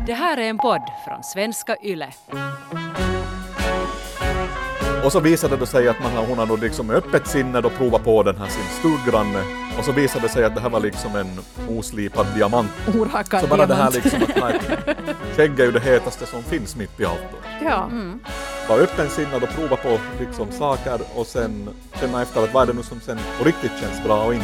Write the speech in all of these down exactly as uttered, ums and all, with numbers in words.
Det här är en podd från Svenska Yle. Och så visade det sig att man har, hon har då liksom öppet sinne och provat på den här sin stuggranne. Och så visade det sig att det här var liksom en oslipad diamant. Orakad så bara diamant. det här liksom att nej, skägg är ju det hetaste som finns mitt i allt. Ja. Mm. Var öppen sinne och prova på liksom saker och sen känna efter att vad är det nu som sen på riktigt känns bra och inte.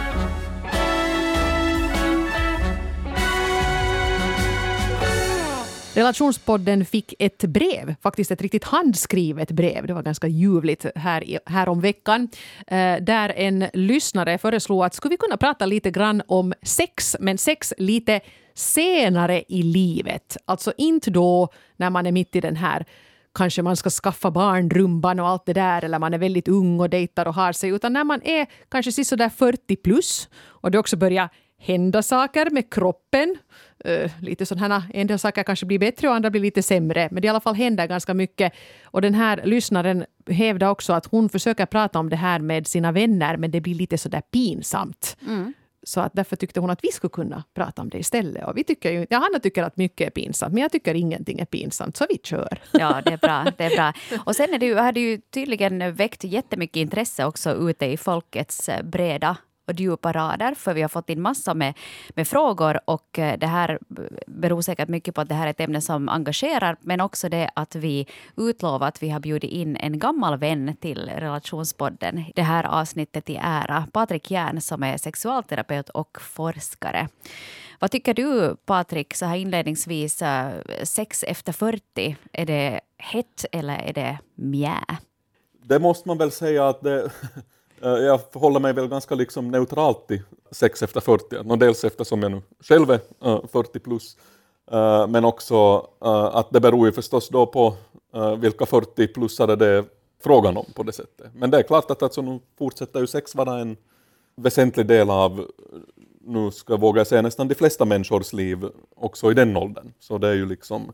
Relationspodden fick ett brev, faktiskt ett riktigt handskrivet brev. Det var ganska ljuvligt här, i, här om veckan. Eh, där en lyssnare föreslog att skulle vi kunna prata lite grann om sex, men sex lite senare i livet. Alltså inte då när man är mitt i den här, kanske man ska skaffa barn, rumban och allt det där, eller man är väldigt ung och dejtar och har sig, utan när man är kanske så där fyrtio plus och det också börjar hända saker med kroppen. Uh, lite sådana, en del saker kanske blir bättre och andra blir lite sämre. Men det i alla fall händer ganska mycket. Och den här lyssnaren hävdar också att hon försöker prata om det här med sina vänner, men det blir lite sådär pinsamt. Mm. Så att därför tyckte hon att vi skulle kunna prata om det istället. Och vi tycker ju, ja, Hanna tycker att mycket är pinsamt, men jag tycker ingenting är pinsamt, så vi kör. Ja, det är bra, det är bra. Och sen är det ju, har det ju tydligen väckt jättemycket intresse också ute i folkets breda och djupa rader, för vi har fått in massor med, med frågor, och det här beror säkert mycket på att det här är ett ämne som engagerar, men också det att vi utlovar att vi har bjudit in en gammal vän till Relationspodden. Det här avsnittet i ära, Patrik Järn, som är sexualterapeut och forskare. Vad tycker du, Patrik, så här inledningsvis, sex efter fyrtio, är det hett eller är det mjä? Det måste man väl säga att det... Jag förhåller mig väl ganska liksom neutralt till sex efter fyrtio. Dels eftersom jag nu själv är fyrtio plus. Men också att det beror ju förstås då på vilka fyrtio-plussare det är frågan om på det sättet. Men det är klart att alltså, nu fortsätter ju sex vara en väsentlig del av, nu ska jag våga säga, nästan de flesta människors liv också i den åldern. Så det är ju liksom...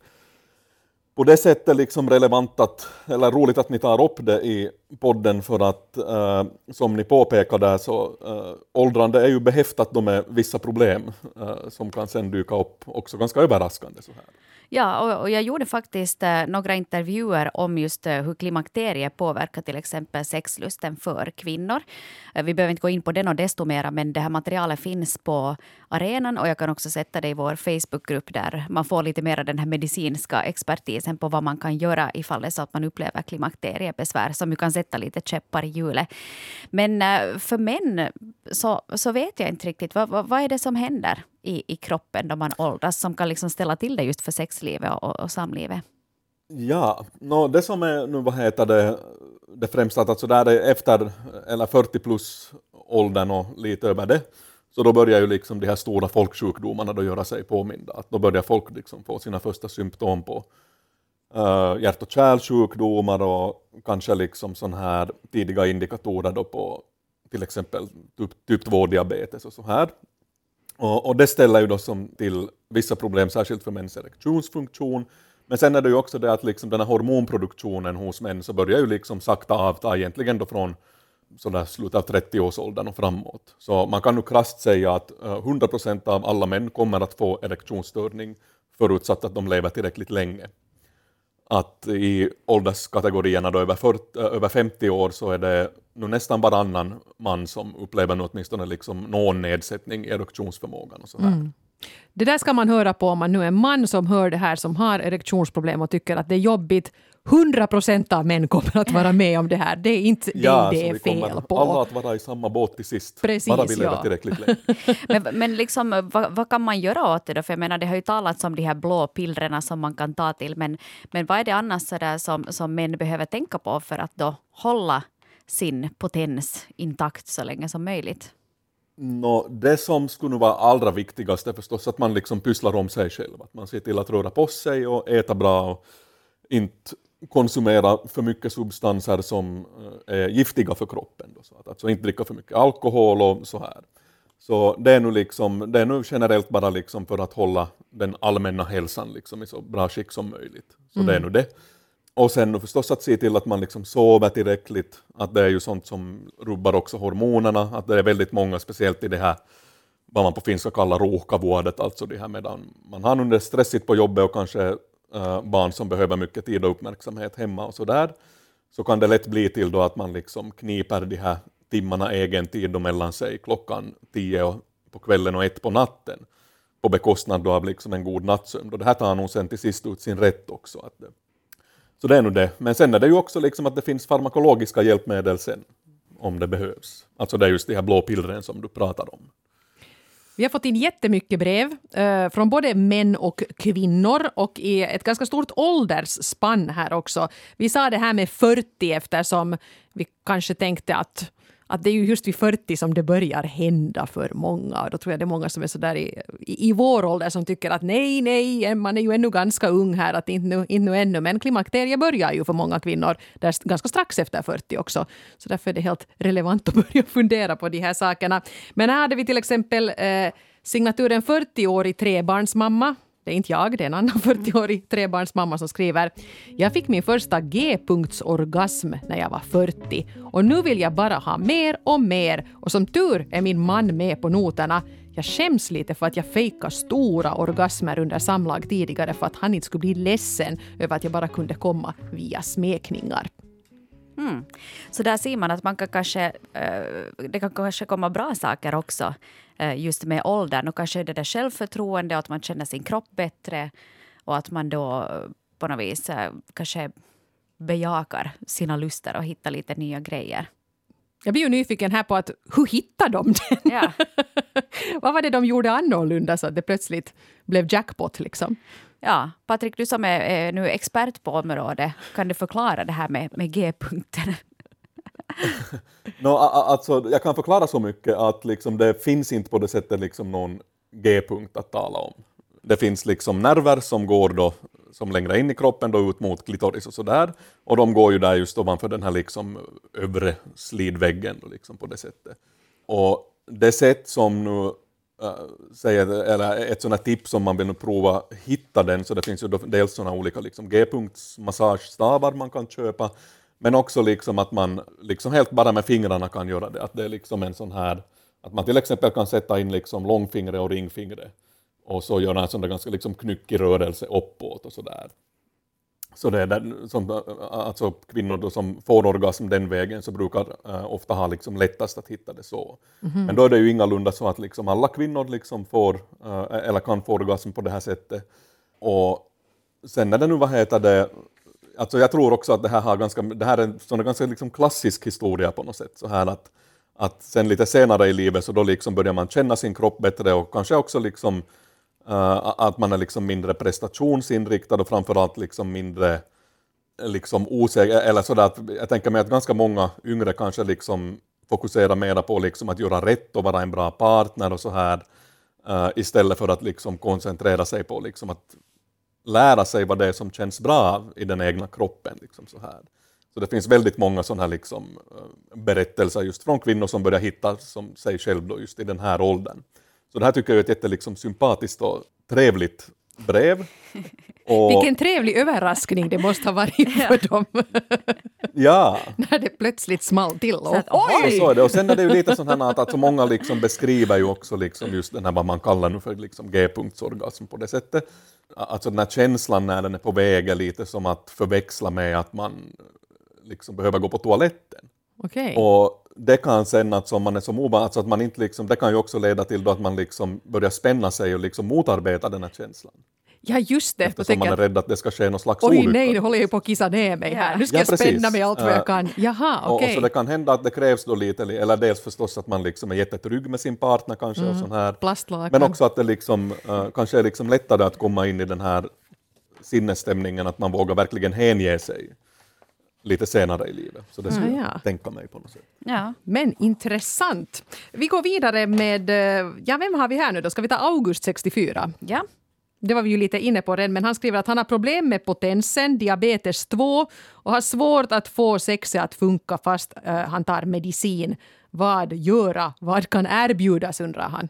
På det sättet liksom relevant att, eller roligt att ni tar upp det i podden, för att eh, som ni påpekade så eh, åldrande är ju behäftat då med vissa problem eh, som kan sen dyka upp också ganska överraskande så här. Ja, och, och jag gjorde faktiskt eh, några intervjuer om just eh, hur klimakteriet påverkar till exempel sexlusten för kvinnor. Eh, vi behöver inte gå in på den och desto mera, men det här materialet finns på arenan, och jag kan också sätta det i vår Facebookgrupp där man får lite mer av den här medicinska expertisen på vad man kan göra ifall det är så att man upplever klimakteriebesvär, som ju kan sätta lite käppar i hjulet. Men eh, för män så, så vet jag inte riktigt, vad, vad, vad är det som händer i, i kroppen då man åldras som kan liksom ställa till det just för sexlivet och, och samlivet? Ja, no, det som är nu, vad heter det, det främsta att alltså där är efter eller fyrtio plus åldern och lite över det, så då börjar ju liksom de här stora folksjukdomarna då göra sig påminda. Att då börjar folk liksom få sina första symptom på uh, hjärt- och kärlsjukdomar och kanske liksom sån här tidiga indikatorer då på till exempel typ, typ två-diabetes och så här. Och, och det ställer ju då som till vissa problem, särskilt för mäns erektionsfunktion. Men sen är det ju också det att liksom den här hormonproduktionen hos män så börjar ju liksom sakta avta egentligen då från sådär slutet av trettio-årsåldern och framåt. Så man kan nu krasst säga att hundra procent av alla män kommer att få erektionsstörning förutsatt att de lever tillräckligt länge. Att i ålderskategorierna då över, fyrtio, över femtio år så är det nu nästan varannan man som upplever något, åtminstone liksom någon nedsättning i erektionsförmågan och så här. Mm. Det där ska man höra på om man nu är en man som hör det här, som har erektionsproblem och tycker att det är jobbigt. hundra procent av män kommer att vara med om det här. Det är inte det, ja, det är fel på. Alla att vara i samma båt till sist. Precis, bara vi lever ja. tillräckligt länge. men men liksom, vad, vad kan man göra åt det då? För jag menar, det har ju talats om de här blå pillrena som man kan ta till. Men, men vad är det annars så där som, som män behöver tänka på för att då hålla sin potens intakt så länge som möjligt? No, det som skulle vara allra viktigast är förstås att man liksom pysslar om sig själv. Att man ser till att röra på sig och äta bra och inte konsumera för mycket substanser som är giftiga för kroppen. Då, så att alltså inte dricka för mycket alkohol och så här. Så det är nu, liksom, det är nu generellt bara liksom för att hålla den allmänna hälsan liksom i så bra skick som möjligt. Så mm. det är nu det. Och sen förstås att se till att man liksom sover tillräckligt. Att det är ju sånt som rubbar också hormonerna. Att det är väldigt många, speciellt i det här vad man på finska kallar ruuhkavuodet, alltså det här medan man har under stressigt på jobbet och kanske äh, barn som behöver mycket tid och uppmärksamhet hemma och så där, så kan det lätt bli till då att man liksom kniper de här timmarna egen tid då mellan sig klockan tio på kvällen och ett på natten på bekostnad då av liksom en god nattsömn. Och det här tar nog sen till sist ut sin rätt också. Att det, så det är nog det. Men sen är det ju också liksom att det finns farmakologiska hjälpmedel sen om det behövs. Alltså det är just de här blå pillren som du pratar om. Vi har fått in jättemycket brev eh, från både män och kvinnor och i ett ganska stort åldersspann här också. Vi sa det här med fyrtio eftersom vi kanske tänkte att, att det är ju just vid fyrtio som det börjar hända för många. Och då tror jag det är många som är så där i, i, i vår ålder som tycker att nej, nej, man är ju ännu ganska ung här, att inte nu, inte nu ännu. Men klimakteriet börjar ju för många kvinnor där ganska strax efter fyrtio också. Så därför är det helt relevant att börja fundera på de här sakerna. Men här hade vi till exempel eh, signaturen fyrtio-årig trebarnsmamma. Det är inte jag, det är en annan fyrtio-årig trebarnsmamma som skriver: jag fick min första G-punktsorgasm när jag var fyrtio och nu vill jag bara ha mer och mer och som tur är min man med på noterna. Jag skäms lite för att jag fejkade stora orgasmer under samlag tidigare för att han inte skulle bli ledsen över att jag bara kunde komma via smekningar. Mm. Så där ser man att man kan kanske, uh, det kan kanske komma bra saker också uh, just med åldern och kanske det där självförtroende och att man känner sin kropp bättre och att man då uh, på något vis uh, kanske bejakar sina luster och hittar lite nya grejer. Jag blir ju nyfiken här på att hur hittar de den? Ja. Vad var det de gjorde annorlunda så att det plötsligt blev jackpot liksom? Ja, Patrik, du som är, är nu expert på området, kan du förklara det här med, med G-punkten? no, alltså, jag kan förklara så mycket att liksom, det finns inte på det sättet liksom, någon G-punkt att tala om. Det finns liksom nerver som går då, som längre in i kroppen då, ut mot klitoris och sådär. Och de går ju där just ovanför den här liksom, övre slidväggen då, liksom, på det sättet. Och det sätt som nu Uh, säger, eller ett sådant tips som man vill prova hitta den, så det finns ju dels sådana olika liksom, G-punktsmassagestavar man kan köpa, men också liksom att man liksom helt bara med fingrarna kan göra det, att det är liksom en sån här, att man till exempel kan sätta in liksom långfingret och ringfingret och så göra en sån där ganska liksom knyckig rörelse uppåt och sådär. Så det är där, som, alltså kvinnor då som får orgasm den vägen så brukar uh, ofta ha liksom lättast att hitta det så. Mm-hmm. Men då är det ju ingalunda så att liksom alla kvinnor liksom får, uh, eller kan få orgasm på det här sättet. Och sen när det nu, vad heter det, alltså jag tror också att det här, har ganska, det här är en sån ganska liksom klassisk historia på något sätt. Så här att, att sen lite senare i livet så då liksom börjar man känna sin kropp bättre och kanske också liksom Uh, att man är liksom mindre prestationsinriktad och framförallt liksom mindre liksom osäker, eller sådär att jag tänker mig att ganska många yngre kanske liksom fokuserar mer på liksom att göra rätt och vara en bra partner och så här uh, istället för att liksom koncentrera sig på liksom att lära sig vad det är som känns bra i den egna kroppen liksom så här. Så det finns väldigt många sådana här liksom uh, berättelser just från kvinnor som börjar hitta som sig själv då just i den här åldern. Så det här tycker jag är ett jätte liksom sympatiskt och trevligt brev. Och vilken trevlig överraskning det måste ha varit för dem. Ja. När det plötsligt small till. Och, så att, oj! Så är det. Och sen är det ju lite sånt här att, att så många liksom beskriver ju också liksom just den här vad man kallar nu för liksom G-punktsorgasm på det sättet. Alltså den här känslan när den är på väg är lite som att förväxla med att man liksom behöver gå på toaletten. Okay. Och det kan sen att som man är som ovan, alltså att man inte liksom, det kan ju också leda till då att man liksom börjar spänna sig och liksom motarbeta den här känslan. Ja, just det. Eftersom man är rädd att det ska ske någon slags oj, olycka. nej, nu håller jag ju på att kissa ner mig här. Nu ska ja, jag precis. spänna mig allt vad jag kan. Jaha, okej. Okay. Och så det kan hända att det krävs då lite, eller dels förstås att man liksom är jättetrygg med sin partner kanske mm. och sån här. Plastlakan. Men också att det liksom, uh, kanske är liksom lättare att komma in i den här sinnesstämningen att man vågar verkligen hänge sig lite senare i livet. Så det skulle mm. jag tänka mig på något sätt. Ja. Men intressant. Vi går vidare med, ja, vem har vi här nu då? Ska vi ta August sextiofyra? Ja. Det var vi ju lite inne på redan, men han skriver att han har problem med potensen, diabetes två och har svårt att få sexet att funka fast uh, han tar medicin. Vad göra? Vad kan erbjudas, undrar han.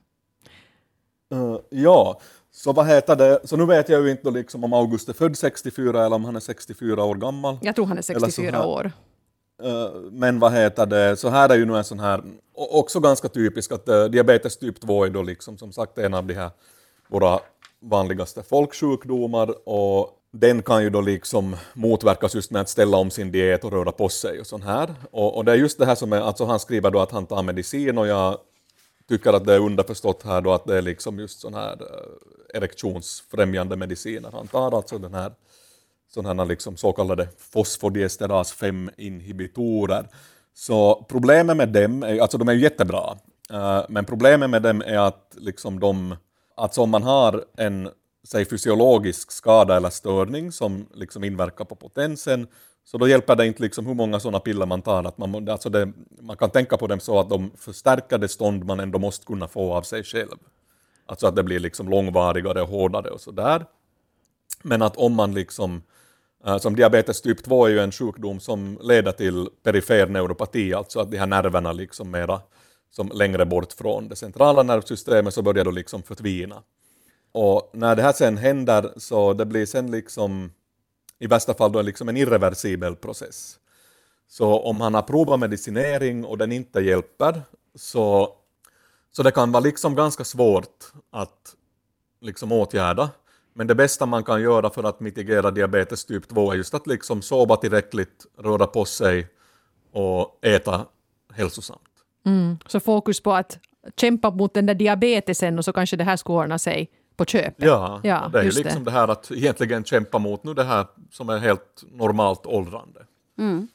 Uh, ja, så vad heter det? Så nu vet jag ju inte liksom om August är född sextiofyra eller om han är sextiofyra år gammal. Jag tror han är sextiofyra år. Men vad heter det, så här är ju nu en sån här, också ganska typisk att uh, diabetes typ två är då liksom som sagt en av de här våra vanligaste folksjukdomar, och den kan ju då liksom motverkas just med att ställa om sin diet och röra på sig och sån här. Och, och det är just det här som är, alltså han skriver då att han tar medicin, och jag tycker att det är underförstått här då att det är liksom just sån här erektionsfrämjande mediciner han tar, alltså den här sådana liksom så kallade fosfodiesterase fem inhibitorer. Så problemet med dem, är, alltså de är ju jättebra, uh, men problemet med dem är att liksom de, alltså om man har en säg, fysiologisk skada eller störning som liksom inverkar på potensen, så då hjälper det inte liksom hur många sådana piller man tar. Att man, alltså det, man kan tänka på dem så att de förstärker det stånd man ändå måste kunna få av sig själv. Alltså att det blir liksom långvarigare och hårdare och sådär. Men att om man liksom, som diabetes typ två är ju en sjukdom som leder till perifer neuropati, alltså att de här nerverna liksom mera som längre bort från det centrala nervsystemet så börjar då liksom förtvina. Och när det här sen händer så det blir sen liksom i värsta fall då liksom en irreversibel process. Så om han har provat medicinering och den inte hjälper, så, så det kan vara liksom ganska svårt att liksom åtgärda. Men det bästa man kan göra för att mitigera diabetes typ två är just att liksom sova tillräckligt, röra på sig och äta hälsosamt. Mm. Så fokus på att kämpa mot den där diabetesen, och så kanske det här ska ordna sig på köpet. Ja, ja det är ju liksom det. det här att egentligen kämpa mot nu det här som är helt normalt åldrande. Mm.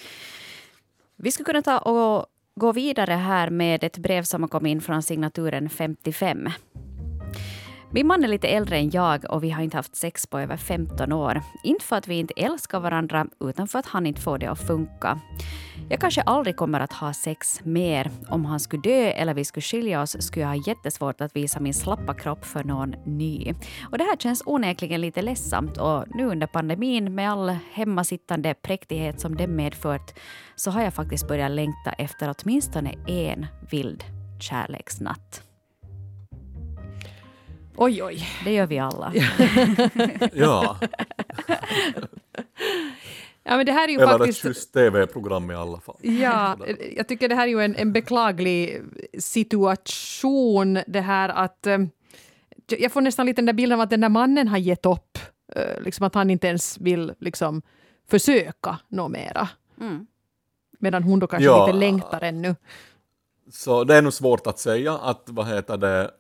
Vi skulle kunna ta och gå vidare här med ett brev som har kommit in från signaturen femtiofem. Min man är lite äldre än jag och vi har inte haft sex på över femton år. Inte för att vi inte älskar varandra utan för att han inte får det att funka. Jag kanske aldrig kommer att ha sex mer. Om han skulle dö eller vi skulle skilja oss skulle jag ha jättesvårt att visa min slappa kropp för någon ny. Och det här känns onekligen lite ledsamt, och nu under pandemin med all hemmasittande präktighet som det medfört så har jag faktiskt börjat längta efter åtminstone en vild kärleksnatt. Oj, oj. Det gör vi alla. Ja. Ja, men det här är ju Eller faktiskt... ett schysst tv-program i alla fall. Ja, jag tycker det här är ju en, en beklaglig situation. Det här att... Eh, jag får nästan lite den där bilden av att den där mannen har gett upp. Eh, liksom att han inte ens vill liksom försöka något mera. Mm. Medan hon då kanske ja, lite längtar ännu. Så det är nog svårt att säga att vad heter det...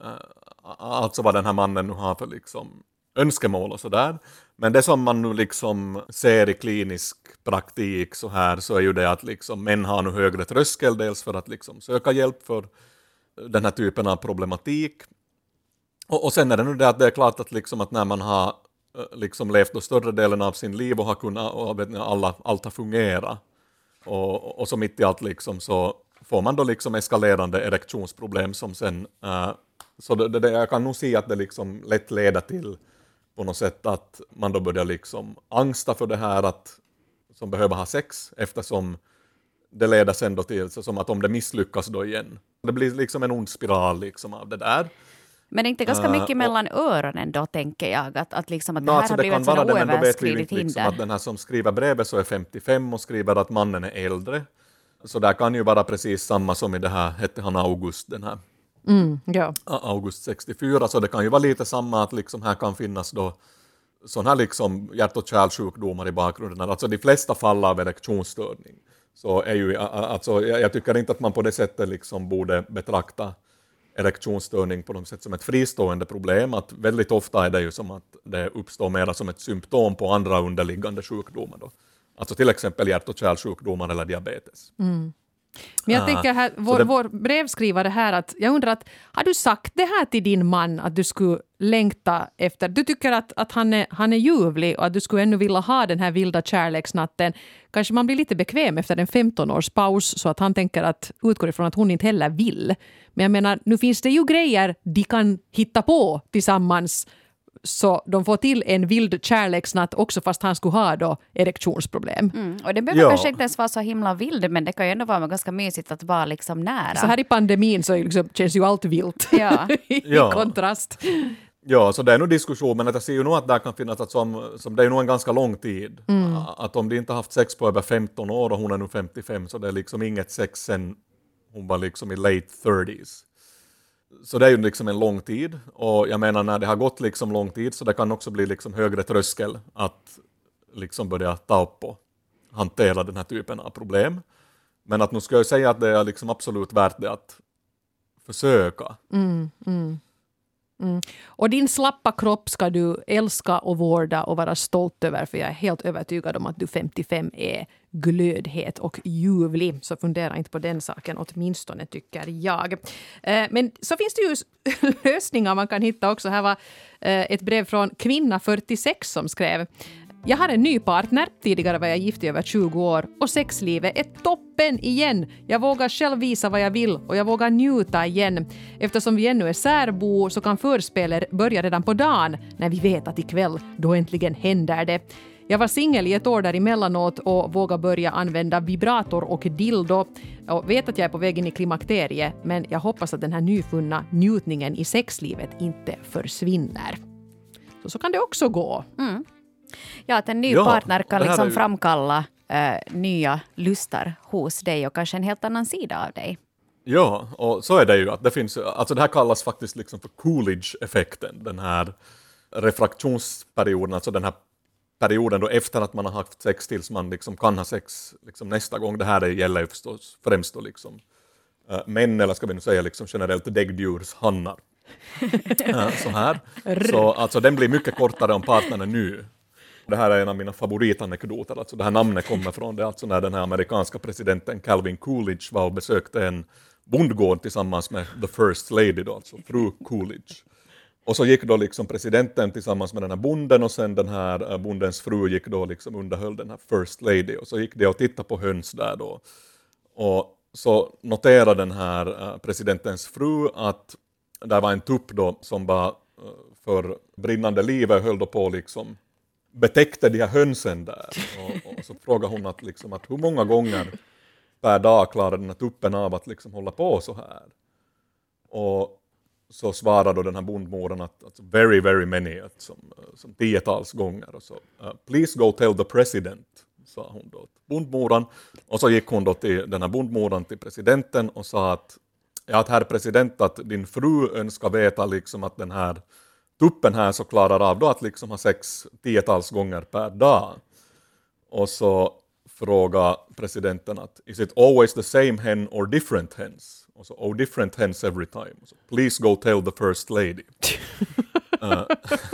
Alltså vad den här mannen nu har för liksom önskemål och sådär. Men det som man nu liksom ser i klinisk praktik så här, så är ju det att liksom män har nu högre tröskel, dels för att liksom söka hjälp för den här typen av problematik. Och, och sen är det nu det att det är klart att, liksom att när man har liksom levt då större delen av sin liv och har kunnat, och vet ni, alla, allt har fungerat. Och, och så mitt i allt liksom så får man då liksom eskalerande erektionsproblem som sen... Uh, Så det, det, jag kan nog se att det liksom lätt leder till på något sätt att man då börjar liksom angsta för det här att, som behöver ha sex, eftersom det leder sen då till så som att om det misslyckas då igen. Det blir liksom en ond spiral liksom av det där. Men det är inte ganska mycket uh, mellan och, öronen då, tänker jag, att, att, liksom att no, det här alltså har det blivit ett sådant oöverskridigt hinder. Liksom att den här som skriver brevet så är femtiofem och skriver att mannen är äldre. Så där kan ju vara precis samma som i det här, hette han August, den här. Mm, ja. August sextiofyra, så det kan ju vara lite samma att liksom här kan finnas då sådana här liksom hjärt- och kärlsjukdomar i bakgrunden. Alltså de flesta fall av erektionsstörning. Så är ju, alltså, jag tycker inte att man på det sättet liksom borde betrakta erektionsstörning på något sätt som ett fristående problem. Att väldigt ofta är det ju som att det uppstår mer som ett symptom på andra underliggande sjukdomar då. Alltså till exempel hjärt- och kärlsjukdomar eller diabetes. Mm. Men jag tänker här, vår, det... vår brevskrivare här, att jag undrar att har du sagt det här till din man att du skulle längta efter, du tycker att, att han, är, han är ljuvlig och att du skulle ännu vilja ha den här vilda kärleksnatten. Kanske man blir lite bekväm efter en femton års paus så att han tänker att utgår ifrån att hon inte heller vill. Men jag menar, nu finns det ju grejer de kan hitta på tillsammans så de får till en vild kärleksnatt också fast han skulle ha då erektionsproblem. Mm. Och det behöver ja. kanske inte ens vara så himla vild, men det kan ju ändå vara ganska mysigt att vara liksom nära. Så här i pandemin så liksom, känns ju allt vilt ja. i ja. kontrast. Ja, så det är nog diskussion, men jag ser ju nog att det kan finnas att som, som det är nog en ganska lång tid. Mm. Att om de inte har haft sex på över femton år och hon är nu femtiofem, så det är liksom inget sex sen hon var liksom i late thirties. Så det är ju liksom en lång tid, och jag menar när det har gått liksom lång tid så det kan också bli liksom högre tröskel att liksom börja ta upp och hantera den här typen av problem. Men att nu ska jag säga att det är liksom absolut värt det att försöka. Mm, mm. Mm. Och din slappa kropp ska du älska och vårda och vara stolt över, för jag är helt övertygad om att du femtiofem är glödhet och ljuvlig, så fundera inte på den saken, åtminstone tycker jag. Eh, men så finns det ju lösningar man kan hitta också. Här var eh, ett brev från kvinna fyrtiosex som skrev: jag har en ny partner, tidigare var jag gift i över tjugo år och sexlivet är toppen igen. Jag vågar själv visa vad jag vill och jag vågar njuta igen. Eftersom vi ännu är särbo så kan förspelet börja redan på dagen när vi vet att ikväll då äntligen händer det. Jag var singel i ett år däremellanåt och vågar börja använda vibrator och dildo. Och vet att jag är på väg in i klimakteriet, men jag hoppas att den här nyfunna njutningen i sexlivet inte försvinner. Så, så kan det också gå. Mm. Ja, att en ny ja, partner kan liksom ju... framkalla äh, nya lustar hos dig och kanske en helt annan sida av dig. Ja, och så är det ju. Att det, finns, alltså det här kallas faktiskt liksom för Coolidge-effekten. Den här refraktionsperioden, alltså den här perioden då efter att man har haft sex tills man liksom kan ha sex liksom nästa gång. Det här gäller ju förstås främst då liksom, äh, män, eller ska vi nu säga liksom generellt däggdjurshannar. äh, så här. Så alltså den blir mycket kortare om partnern är nu. Det här är en av mina favoritanekdoter. Alltså det här namnet kommer från det. Alltså när den här amerikanska presidenten Calvin Coolidge var och besökte en bondgård tillsammans med the first lady då, alltså fru Coolidge. Och så gick då liksom presidenten tillsammans med den här bonden, och sen den här bondens fru gick då liksom underhöll den här first lady. Och så gick det och tittade på höns där då. Och så noterade den här presidentens fru att där var en tupp då som var för brinnande livet och höll då på liksom betäckte de här hönsen där. Och, och så frågade hon att, liksom, att hur många gånger per dag klarar den här tuppen av att liksom hålla på så här. Och så svarade då den här bondmoren att, att very, very many, att som, som tiotals gånger. Och så, uh, please go tell the president, sa hon då till bondmoran. Och så gick hon då till den här bondmoran till presidenten och sa att, ja, att herr president, att din fru önskar veta liksom att den här tuppen här så klarar av då att liksom ha sex tiotals gånger per dag. Och så frågar presidenten att is it always the same hen or different hens? Och så, oh, different hens every time. Så, please go tell the first lady. uh,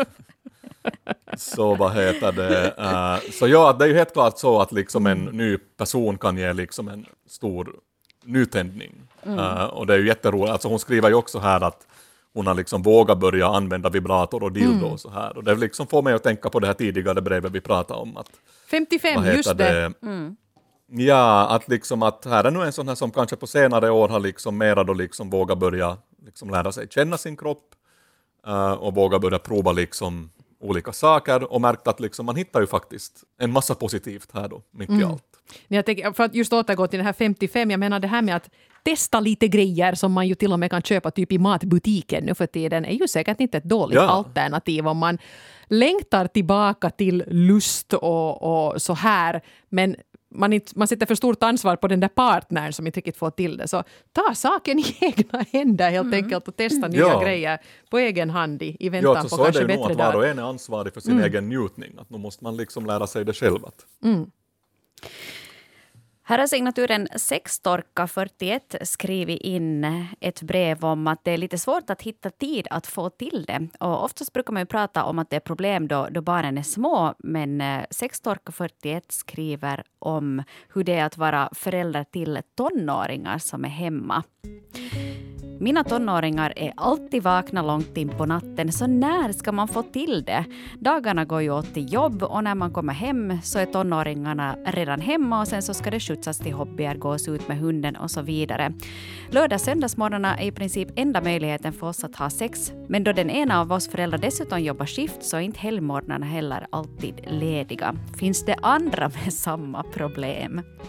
så vad heter det? Uh, så ja, det är ju helt klart så att liksom en ny person kan ge liksom en stor nytändning. Mm. Uh, och det är ju jätteroligt. Alltså hon skriver ju också här att hon har liksom vågat börja använda vibrator och dildo mm. och så här. Och det liksom får mig att tänka på det här tidigare brevet vi pratade om. Att, femtiofem, just det. det? Mm. Ja, att liksom att här är nu en sån här som kanske på senare år har liksom mera då liksom vågat börja liksom lära sig känna sin kropp uh, och våga börja prova liksom olika saker och märkt att liksom man hittar ju faktiskt en massa positivt här då, mitt mm. i allt. Jag tänker, för att just återgå till den här femtiofem, jag menar det här med att testa lite grejer som man ju till och med kan köpa typ i matbutiken nu för tiden är ju säkert inte ett dåligt ja. alternativ om man längtar tillbaka till lust och, och så här, men man, inte, man sätter för stort ansvar på den där partnern som inte riktigt får till det. Så ta saken i egna händer helt mm. enkelt och testa nya ja. grejer på egen hand i, i väntan ja, på så kanske är det bättre nog dagar. Att var och en är ansvarig för sin mm. egen njutning. Att nu måste man liksom lära sig det själv. Mm. Här har signaturen sextorka fyrtioett skrivit in ett brev om att det är lite svårt att hitta tid att få till det. Och oftast brukar man ju prata om att det är problem då, då barnen är små. Men sextorka fyrtioett skriver om hur det är att vara förälder till tonåringar som är hemma. Mina tonåringar är alltid vakna långt in på natten, så när ska man få till det? Dagarna går ju åt till jobb och när man kommer hem så är tonåringarna redan hemma och sen så ska det skjutsas till hobbyer, gås ut med hunden och så vidare. Lördag söndagsmorgnarna är i princip enda möjligheten för oss att ha sex, men då den ena av oss föräldrar dessutom jobbar skift så är inte helgmorgnarna heller alltid lediga. Finns det andra med samma problem?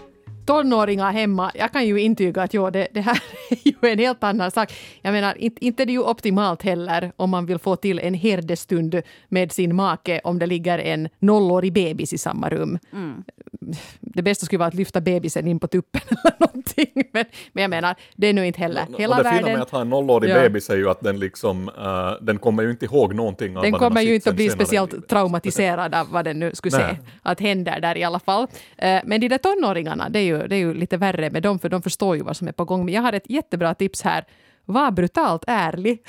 tonåringar hemma, jag kan ju intyga att jo, det, det här är ju en helt annan sak. Jag menar, inte, inte är det ju optimalt heller om man vill få till en herdestund med sin make om det ligger en nollårig bebis i samma rum. Mm. Det bästa skulle vara att lyfta bebisen in på tuppen eller någonting. Men, men jag menar, det är nu inte heller. Hela och det världen, fina med att ha en nollårig ja. bebis är ju att den liksom, uh, den kommer ju inte ihåg någonting av den vad kommer den ju inte att bli senare speciellt traumatiserad av vad den nu skulle Nej. se att händer där i alla fall. Uh, men de där tonåringarna, det är, ju, det är ju lite värre med dem, för de förstår ju vad som är på gång. Men jag har ett jättebra tips här. Var brutalt ärlig.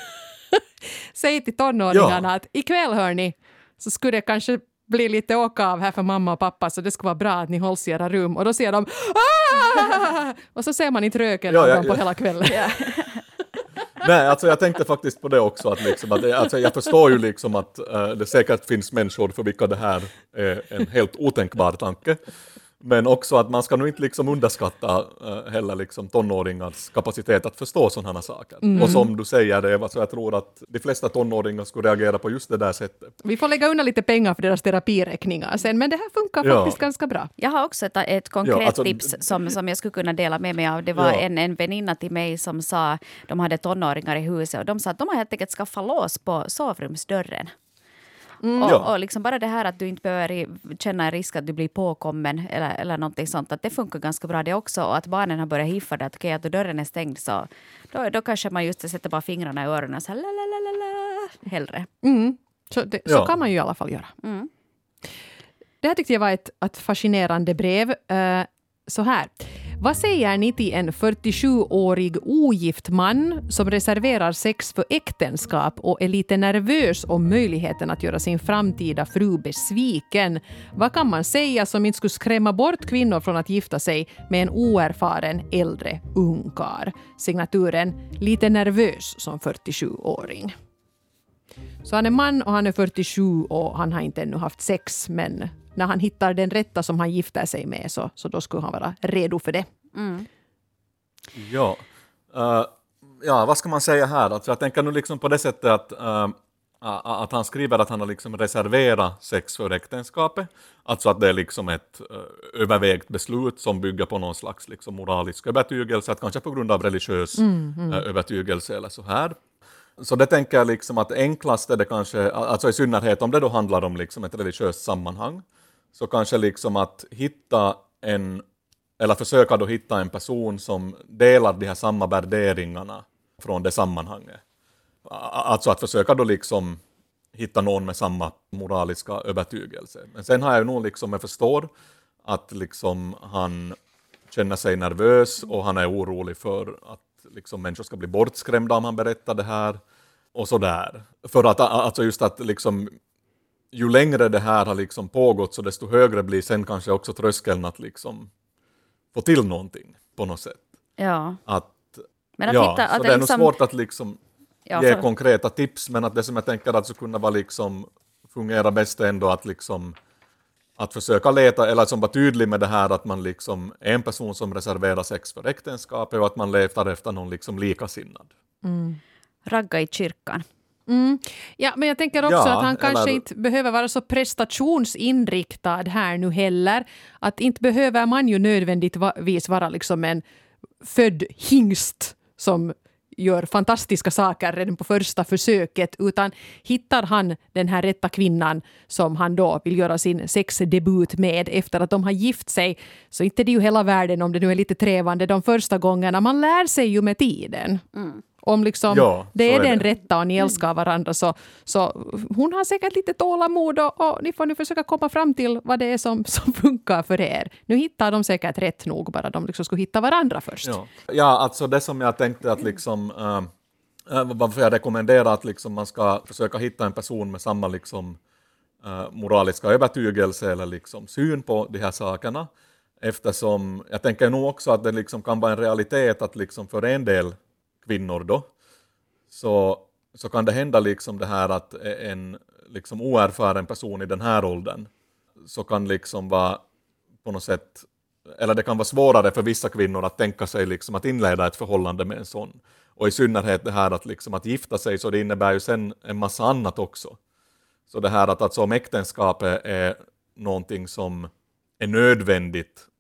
Säg till tonåringarna ja. att ikväll, hörni, så skulle det kanske bli lite åka av här för mamma och pappa, så det skulle vara bra att ni hålls i era rum. Och då ser de Aah! Och så ser man inte röken ja, av ja, dem på ja. hela kvällen. Ja. Nej, alltså jag tänkte faktiskt på det också. Att liksom, att, alltså jag förstår ju liksom att uh, det säkert finns människor för vilka det här är en helt otänkbar tanke. Men också att man ska nog inte liksom underskatta uh, heller liksom tonåringars kapacitet att förstå sådana saker. Mm. Och som du säger, Eva, så jag tror att de flesta tonåringar skulle reagera på just det där sättet. Vi får lägga undan lite pengar för deras terapiräkningar sen, men det här funkar ja. faktiskt ganska bra. Jag har också ett, ett konkret ja, alltså, tips som, som jag skulle kunna dela med mig av. Det var ja. en, en väninna till mig som sa, de hade tonåringar i huset och de sa att de har helt enkelt skaffat lås på sovrumsdörren. Mm. Och, och liksom bara det här att du inte behöver känna en risk att du blir påkommen eller, eller någonting sånt, att det funkar ganska bra det också. Och att barnen har börjat hiffa det, att okej, att dörren är stängd, så då, då kanske man just sätter bara fingrarna i öronen så här, la, la, la, la, la, hellre. Mm. Så, det, ja. så kan man ju i alla fall göra. Mm. Det här tyckte jag var ett, ett fascinerande brev. Uh, så här. Vad säger ni till en fyrtiosjuårig ogift man som reserverar sex för äktenskap och är lite nervös om möjligheten att göra sin framtida fru besviken? Vad kan man säga som inte skulle skrämma bort kvinnor från att gifta sig med en oerfaren äldre ungkar? Signaturen lite nervös som fyrtiosjuåring. Så han är man och han är fyrtiosju och han har inte ännu haft sex, men när han hittar den rätta som han gifter sig med så, så då skulle han vara redo för det. Mm. Ja. Uh, ja, vad ska man säga här? Alltså, jag tänker nu liksom på det sättet att, uh, att han skriver att han har liksom reserverat sex för äktenskapet. Alltså att det är liksom ett uh, övervägt beslut som bygger på någon slags liksom moralisk övertygelse, att kanske på grund av religiös mm, mm. Uh, övertygelse eller så här. Så det tänker jag liksom att enklast är det kanske, alltså i synnerhet om det då handlar om liksom ett religiöst sammanhang, så kanske liksom att hitta en, eller försöka då hitta en person som delar de här samma värderingarna från det sammanhanget. Alltså att försöka då liksom hitta någon med samma moraliska övertygelse. Men sen har jag nog liksom, jag förstår att liksom han känner sig nervös och han är orolig för att liksom människor ska bli bortskrämda om han berättar det här och sådär. För att alltså just att liksom ju längre det här har liksom pågått så desto högre blir sen kanske också tröskeln att liksom få till någonting på något sätt. Ja. Att, men att ja, hitta, att så det är liksom... nog svårt att liksom ja, ge för... konkreta tips, men att det som jag tänker att så kunna vara liksom fungera bäst ändå att liksom att försöka leta, eller som var tydlig med det här att man liksom är en person som reserverar sex för äktenskapet och att man letar efter någon liksom likasinnad. Mm. Ragga i kyrkan. Mm. Ja, men jag tänker också ja, att han kanske eller... inte behöver vara så prestationsinriktad här nu heller. Att inte behöver man ju nödvändigtvis vara liksom en född hingst som gör fantastiska saker redan på första försöket, utan hittar han den här rätta kvinnan som han då vill göra sin sexdebut med efter att de har gift sig, så inte det är ju hela världen om det nu är lite trevande de första gångerna. Man lär sig ju med tiden. Mm. Om liksom ja, det är, är den det. rätta och ni älskar varandra, så, så hon har säkert lite tålamod och, och ni får nu försöka komma fram till vad det är som, som funkar för er. Nu hittar de säkert rätt nog, bara de liksom skulle hitta varandra först. Ja, ja alltså det som jag tänkte att liksom äh, varför jag rekommenderar att liksom man ska försöka hitta en person med samma liksom äh, moraliska övertygelse eller liksom syn på de här sakerna, eftersom jag tänker nog också att det liksom kan vara en realitet att liksom för en del kvinnor då, så, så kan det hända liksom det här att en liksom oerfaren person i den här åldern så kan liksom vara på något sätt, eller det kan vara svårare för vissa kvinnor att tänka sig liksom att inleda ett förhållande med en sån. Och i synnerhet det här att, liksom att gifta sig, så det innebär ju sen en massa annat också. Så det här att alltså om äktenskapet är någonting som är nödvändigt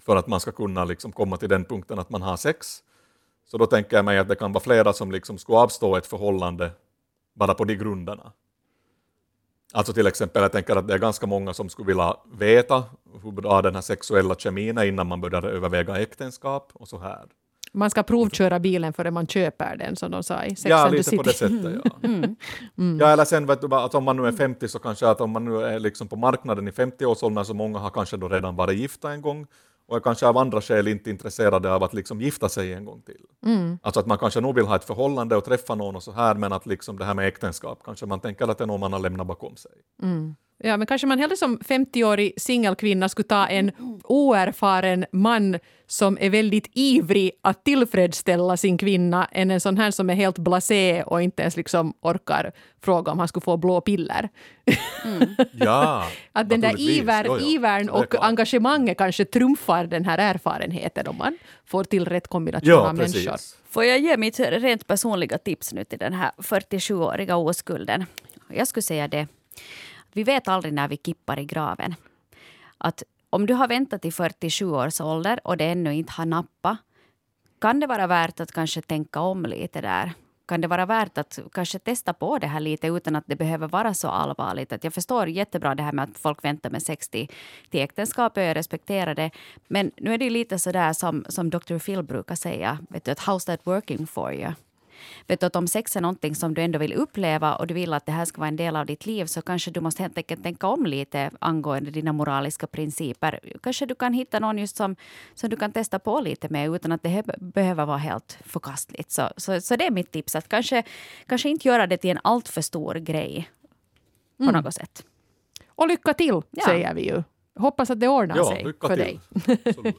för att man ska kunna liksom komma till den punkten att man har sex. Så då tänker jag mig att det kan vara flera som liksom ska avstå ett förhållande bara på de grunderna. Alltså till exempel, jag tänker att det är ganska många som skulle vilja veta hur bra den här sexuella kemin är innan man börjar överväga äktenskap och så här. Man ska provköra bilen före man köper den, som de sa i Sex Ja, and the lite City. på det sättet, ja. Mm. Mm. Ja, eller sen vet du bara att om man nu är femtio så kanske att om man nu är liksom på marknaden i femtio-årsåldern så många har kanske då redan varit gifta en gång och är kanske av andra skäl inte intresserade av att liksom gifta sig en gång till. Mm. Alltså att man kanske nog vill ha ett förhållande och träffa någon och så här, men att liksom det här med äktenskap kanske man tänker att det är någon man har lämnat bakom sig. Mm. Ja, men kanske man hellre som femtioårig singelkvinna skulle ta en oerfaren man som är väldigt ivrig att tillfredsställa sin kvinna än en sån här som är helt blasé och inte ens liksom orkar fråga om han skulle få blå piller. Mm. Ja, att den där naturligtvis. iver, Jo, jo. ivern Så det är och klart. engagemanget kanske trumfar den här erfarenheten om man får till rätt kombination Ja, av människor. precis. Får jag ge mitt rent personliga tips nu till den här fyrtiosjuåriga oskulden? Jag skulle säga det. Vi vet aldrig när vi kippar i graven. Att om du har väntat till fyrtiosju års ålder och det ännu inte har nappat, kan det vara värt att kanske tänka om lite där. Kan det vara värt att kanske testa på det här lite utan att det behöver vara så allvarligt. Att jag förstår jättebra det här med att folk väntar med sextio till äktenskap och jag respekterar det. Men nu är det lite så där som, som doktor Phil brukar säga. Vet du, att how's that working for you? Vet du, att om sex är någonting som du ändå vill uppleva och du vill att det här ska vara en del av ditt liv så kanske du måste helt enkelt tänka om lite angående dina moraliska principer. Kanske du kan hitta någon just som, som du kan testa på lite med utan att det he- behöver vara helt förkastligt. Så, så, så det är mitt tips, att kanske, kanske inte göra det till en allt för stor grej på Mm. något sätt. Och lycka till, Ja. säger vi ju. Hoppas att det ordnar Ja, sig lycka för till. dig. Absolut.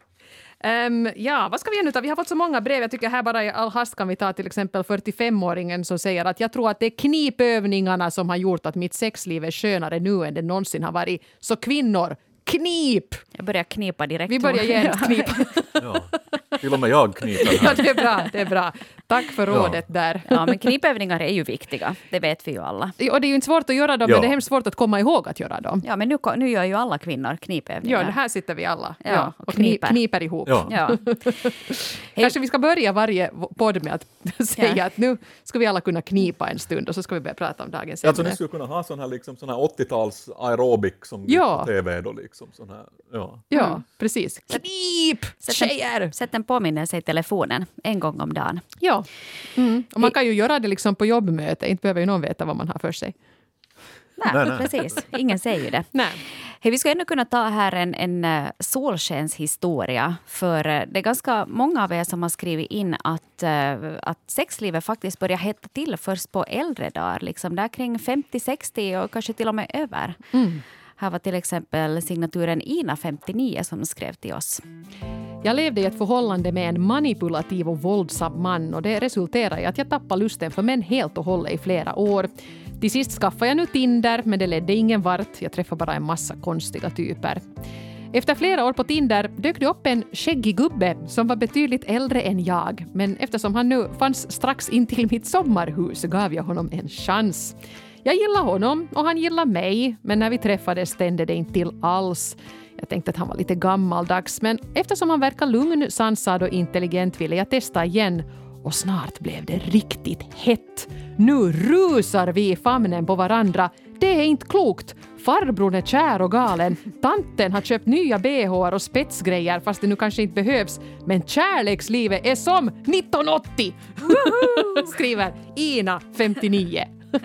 Um, ja, vad ska vi göra nu ta? Vi har fått så många brev. Jag tycker här bara i all hast kan vi ta till exempel fyrtiofemåringen som säger att jag tror att det är knipövningarna som har gjort att mitt sexliv är skönare nu än det någonsin har varit. Så kvinnor, knip! Jag börjar knipa direkt. Vi börjar genast knipa. Ja. Till och med jag kniper Ja, här. det är bra, det är bra. Tack för Ja. rådet där. Ja, men knipövningar är ju viktiga. Det vet vi ju alla. Och det är ju inte svårt att göra dem, Ja. men det är hemskt svårt att komma ihåg att göra dem. Ja, men nu, nu gör ju alla kvinnor knipövningar. Ja, det här sitter vi alla Ja, ja, och och kniper, kniper. kniper ihop. Ja. Ja. Kanske vi ska börja varje podd med att säga Ja. att nu ska vi alla kunna knipa en stund och så ska vi börja prata om dagens Alltså ämne. ni skulle kunna ha sån här, liksom, sån här åttio-tals aerobic som Ja. på tv då liksom. Sån här, ja. Ja, Mm. precis. Knip! Sätt en- Tjejer! Sätt en påminnelse i telefonen en gång om dagen. Ja. Mm. Och man kan ju göra det liksom på jobbmöte. Inte behöver ju någon veta vad man har för sig. Nej, Nej, nej. precis. Ingen säger ju det. Nej. Hej, vi ska ändå kunna ta här en, en uh, solskenshistoria. För uh, det är ganska många av er som har skrivit in att, uh, att sexlivet faktiskt börjar hetta till först på äldre dagar. Liksom där kring femtio sextio och kanske till och med över. Mm. Här var till exempel signaturen Ina femtionio som skrev till oss. Jag levde i ett förhållande med en manipulativ och våldsam man och det resulterade i att jag tappade lusten för män helt och hållet i flera år. Till sist skaffade jag nu Tinder, men det ledde ingen vart. Jag träffade bara en massa konstiga typer. Efter flera år på Tinder dök det upp en skäggig gubbe som var betydligt äldre än jag. Men eftersom han nu fanns strax in till mitt sommarhus gav jag honom en chans. Jag gillade honom och han gillade mig, men när vi träffades stände det inte till alls. Jag tänkte att han var lite gammaldags, men eftersom han verkar lugn, sansad och intelligent ville jag testa igen. Och snart blev det riktigt hett. Nu rusar vi i famnen på varandra. Det är inte klokt. Farbrorn är kär och galen. Tanten har köpt nya B H och spetsgrejer fast det nu kanske inte behövs. Men kärlekslivet är som nittonhundraåttio! Woho! Skriver Ina femtionio.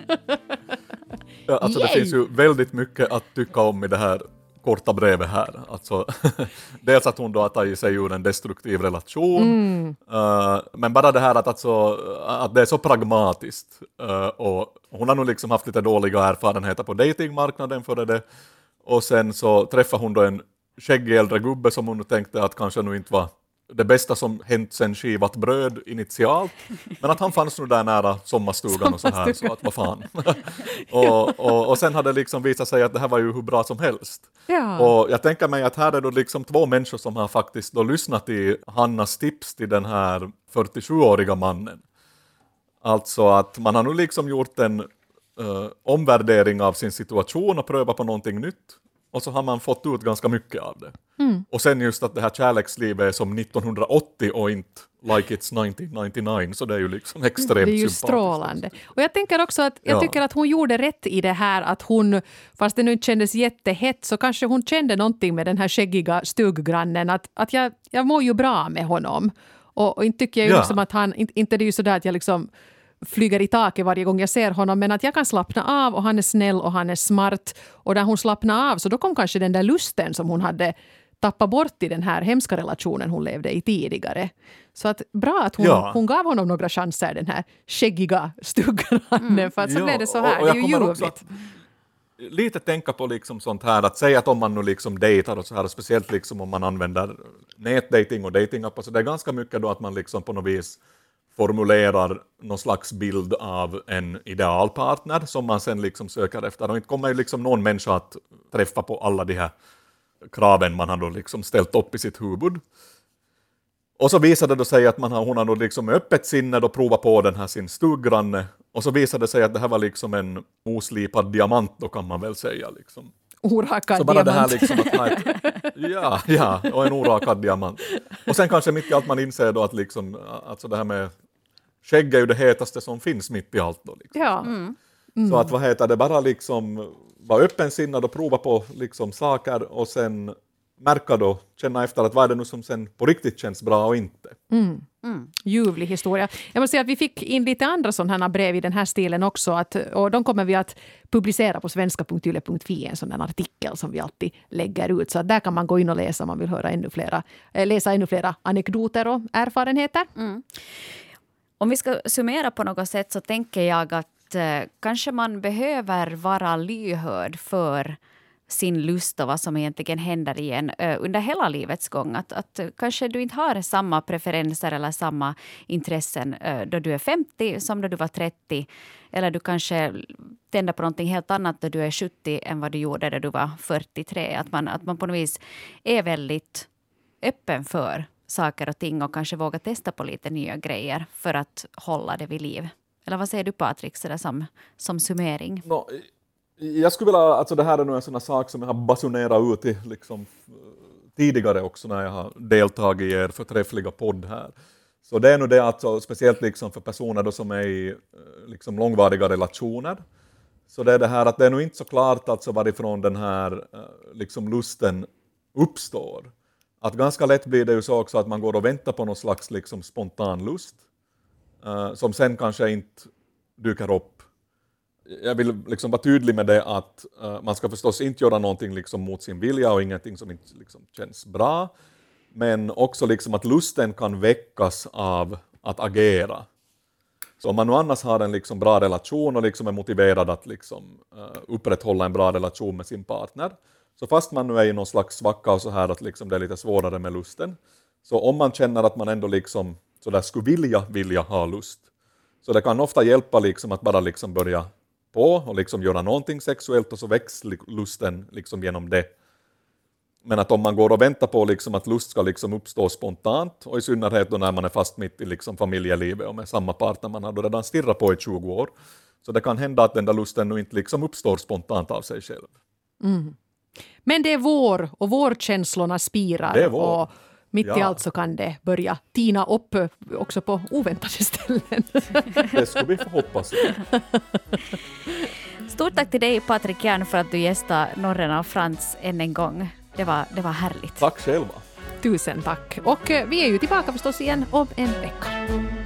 Ja, alltså det Yay! finns ju väldigt mycket att tycka om i det här korta brevet här. Alltså, dels att hon då har tagit sig ur en destruktiv relation. Mm. Uh, men bara det här att, alltså, att det är så pragmatiskt. Uh, och hon har nog liksom haft lite dåliga erfarenheter på datingmarknaden före det. Och sen så träffar hon då en skäggig äldre gubbe som hon tänkte att kanske nu inte var det bästa som hänt sen skivat bröd initialt. Men att han fanns nu där nära sommarstugan och så här. Så att vad fan. och, och, och sen hade det liksom visat sig att det här var ju hur bra som helst. Ja. Och jag tänker mig att här är då liksom två människor som har faktiskt då lyssnat till Hannas tips till den här fyrtiosjuåriga mannen. Alltså att man har nu liksom gjort en uh, omvärdering av sin situation och prövat på någonting nytt. Och så har man fått ut ganska mycket av det. Mm. Och sen just att det här kärlekslivet är som nittonhundraåttio och inte like it's nittonhundranittionio, så det är ju liksom extremt Det är ju sympatiskt. strålande. Och jag tänker också att jag Ja. tycker att hon gjorde rätt i det här att hon, fast det nu inte kändes jättehett, så kanske hon kände någonting med den här skäggiga stuggrannen, att, att jag, jag mår ju bra med honom. Och, och inte tycker jag ju Ja. liksom att han, inte, inte det är ju sådär att jag liksom flyger i taket varje gång jag ser honom, men att jag kan slappna av och han är snäll och han är smart. Och när hon slappnade av så då kom kanske den där lusten som hon hade tappat bort i den här hemska relationen hon levde i tidigare. Så att bra att hon, Ja. hon gav honom några chanser, den här skäggiga stuggrannen, mm. för att så Ja, blev det så och- här. och Det är jag ju kommer också ljuvligt. att lite tänka på liksom sånt här, att säga att om man nu liksom dejtar och så här, och speciellt liksom om man använder nätdating och datingappar, så det är ganska mycket då att man liksom på något vis formulerar någon slags bild av en idealpartner som man sen liksom söker efter. Och inte kommer ju liksom någon människa att träffa på alla de här kraven man har då liksom ställt upp i sitt huvud. Och så visade det sig att man har, hon har då liksom öppet sinne och provat på den här sin stuggranne. Och så visade det sig att det här var liksom en oslipad diamant, då kan man väl säga. Liksom. Orakad Så bara diamant. det här liksom att ha ett, ja, ja, och en orakad diamant. Och sen kanske mitt i allt man inser då att liksom, alltså det här med skägg är ju det hetaste som finns mitt i allt då. Liksom. Ja. Mm. Så att vad heter det, bara liksom vara öppensinnad och prova på liksom saker och sen märka då, känna efter att vad är det nu som sen på riktigt känns bra och inte. Mm. Mm. Ljuvlig historia. Jag måste säga att vi fick in lite andra sådana brev i den här stilen också. Att, och de kommer vi att publicera på svenska punkt yle punkt fi, en sån där artikel som vi alltid lägger ut. Så att där kan man gå in och läsa om man vill höra ännu flera, läsa ännu flera anekdoter och erfarenheter. Mm. Om vi ska summera på något sätt så tänker jag att eh, kanske man behöver vara lyhörd för sin lust och vad som egentligen händer igen uh, under hela livets gång. Att, att uh, kanske du inte har samma preferenser eller samma intressen uh, då du är femtio som då du var trettio. Eller du kanske tänder på någonting helt annat då du är sjuttio än vad du gjorde då du var fyrtiotre. Att man, att man på något vis är väldigt öppen för saker och ting och kanske vågar testa på lite nya grejer för att hålla det vid liv. Eller vad säger du, Patrik, så där som, som summering? No, jag skulle vilja, alltså det här är nog en sån sak som jag har basunerat ut i liksom, tidigare också när jag har deltagit i er förträffliga podd här. Så det är nog det, alltså, speciellt liksom för personer då som är i liksom, långvariga relationer. Så det är det här att det är nog inte så klart alltså, varifrån den här liksom, lusten uppstår. Att ganska lätt blir det ju så också att man går och väntar på någon slags liksom, spontan lust. Uh, som sen kanske inte dyker upp. Jag vill liksom vara tydlig med det att uh, man ska förstås inte göra någonting liksom mot sin vilja och ingenting som inte liksom känns bra. Men också liksom att lusten kan väckas av att agera. Så om man nu annars har en liksom bra relation och liksom är motiverad att liksom, uh, upprätthålla en bra relation med sin partner. Så fast man nu är i någon slags svacka och så här att liksom det är lite svårare med lusten. Så om man känner att man ändå liksom så där skulle vilja, vilja ha lust. Så det kan ofta hjälpa liksom att bara liksom börja på och liksom göra någonting sexuellt och så väcks lusten liksom genom det. Men att om man går och väntar på liksom att lust ska liksom uppstå spontant och i synnerhet då när man är fast mitt i liksom familjelivet och med samma partner man har då redan stirrat på i tjugo år. Så det kan hända att den där lusten nu inte liksom uppstår spontant av sig själv. Mm. Men det är vår och vårkänslorna spirar. Det är vår. Och mitt i Ja. allt så kan det börja tina upp också på oväntade ställen. Det skulle vi få hoppas. Stort tack till dig, Patrik Järn, för att du gästade Norren av Frans än en gång. Det var, det var härligt. Tack själva. Tusen tack. Och vi är ju tillbaka förstås igen om en vecka.